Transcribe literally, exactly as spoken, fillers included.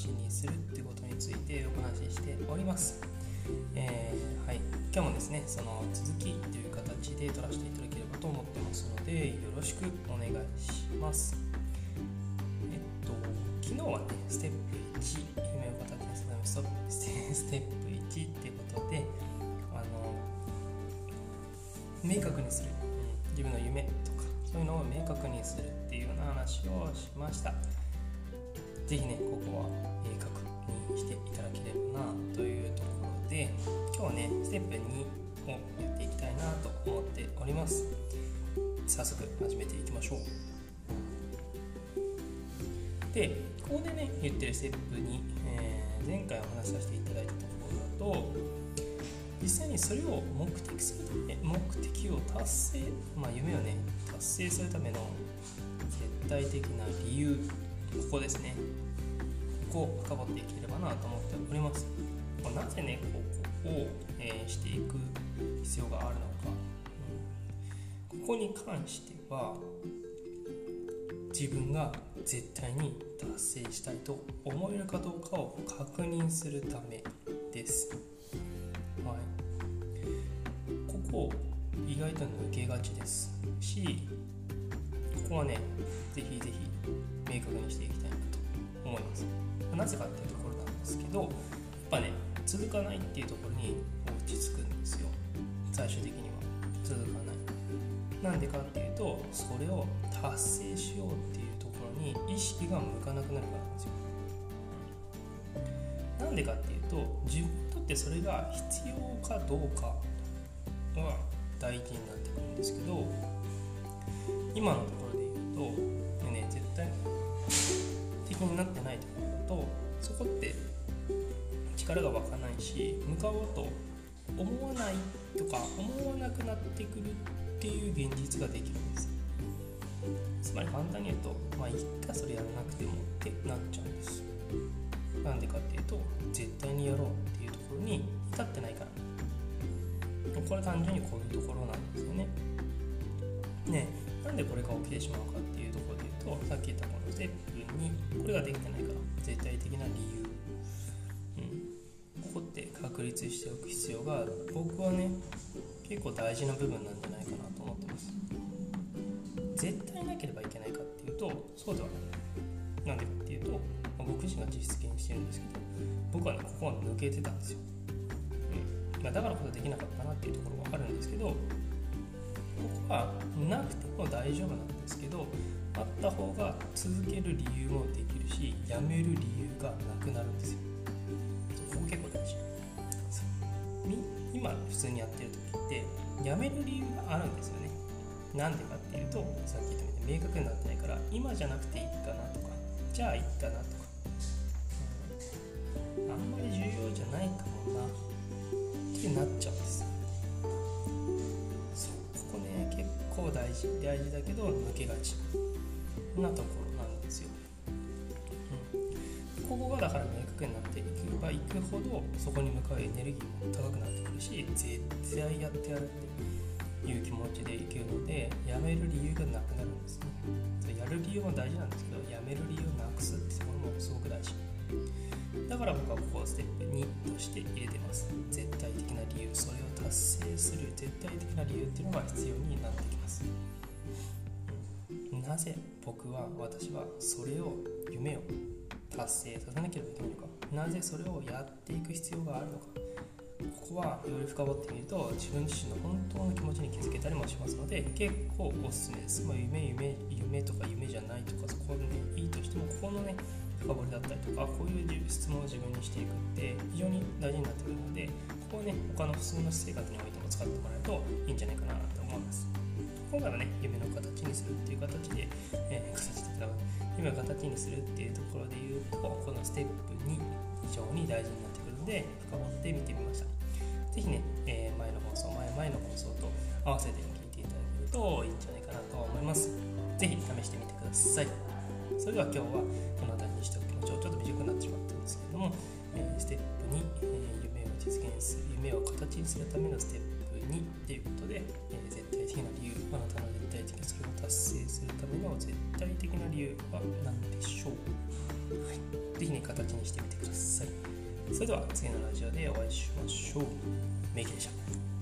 形にするっていうことについてお話ししております。えー、はい、今日もですねその続きという形で取らせていただければと思ってますので、よろしくお願いします。えっと昨日はねステップいち、夢を形にするためステップいちっていうことで、あの明確にする、うん、自分の夢とかそういうのを明確にするっていうような話をしました。ぜひねここは明確にしていただければなというところで、今日はねステップにをやっていきたいなと思っております。早速始めていきましょう。でここでね言ってるステップに、えー、前回お話しさせていただいたところだと、実際にそれを目的するため目的を達成、まあ、夢をね達成するための絶対的な理由、ここですね、ここを深掘っていければなと思っております。なぜねここを、えー、していく必要があるのか、うん、ここに関しては自分が絶対に達成したいと思えるかどうかを確認するためです。はい、ここ意外と抜けがちですし、ここはねぜひぜひ明確にしていきたいなと思います。なぜかっていうところなんですけど、やっぱね続かないっていうところに落ち着くんですよ。最終的には続かない。なんでかっていうと、それを達成しようっていうところに意識が向かなくなるからなんですよ。なんでかっていうと、自分にとってそれが必要かどうかは大事になってくるんですけど、今のところで言うとね、絶対的になってないところだと、そこって力が湧かないし、向かおうと思わないとか思わなくなってくるっていう現実ができるんです。つまり簡単に言うと、まあいいかそれやらなくてもってなっちゃうんです。なんでかっていうと、絶対にやろうっていうところに至ってないから。これ単純にこういうところなんですよね。ね、なんでこれが起きてしまうかっていうところで言うと、さっき言ったこのステップにこれができてないから絶対的な理由、うん、ここって確立しておく必要が僕はね結構大事な部分なんじゃないかなと思ってます。絶対なければいけないかっていうとそうではない。なんでかっていうと、僕自身が実現してるんですけど、僕はねここは抜けてたんですよ、うんまあ、だからこそできなかったなっていうところはあるんですけど、ここはなくても大丈夫なんですけど、あった方が続ける理由もできるし、やめる理由がなくなるんですよ。ここ結構大事。今普通にやってる時ってやめる理由があるんですよね。なんでかっていうと、さっき言ったみたいに明確になってないから、今じゃなくていいかなとか、じゃあいいかなとか、うん、あんまり重要じゃないかもなってなっちゃうんです。そうここね結構大事大事だけど抜けがちなところなんですよ、うん、ここがだから明確になっていけばいくほど、そこに向かうエネルギーも高くなってくるし、絶対やってやるっていう気持ちでいけるので、やめる理由がなくなるんですね。やる理由も大事なんですけど、やめる理由をなくすってところもすごく大事だから、僕はここをステップにとして入れてます。絶対的な理由、それを達成する絶対的な理由っていうのが必要になってきます。なぜ僕は私はそれを夢を達成させなければいけないのか、なぜそれをやっていく必要があるのか、ここはより深掘ってみると自分自身の本当の気持ちに気づけたりもしますので、結構おすすめです。まあ、夢夢夢とか夢じゃないとか、そこでねいいとしても、ここのね深掘りだったりとか、こういう質問を自分にしていくって非常に大事になってくるので、ここをね他の普通の生活においても使ってもらえるといいんじゃないかなと思います。今回はね夢の形にするっていう形で、えー、形で夢を形にするっていうところで言うと、このステップに非常に大事になってくるので深掘って見てみました。ぜひね、えー、前の放送前前の放送と合わせて聞いていただけるといいんじゃないかなと思います。ぜひ試してみてください。それでは今日はこの辺りにしておきましょう。ちょっと短くなってしまったんですけれども、えー、ステップに、えー、夢を実現する夢を形ににするためのステップにということで、えー、絶対的な理由、あなたの絶対的それを達成するための絶対的な理由は何でしょう。はい、ぜひね、形にしてみてください。それでは次のラジオでお会いしましょう。メイキでした。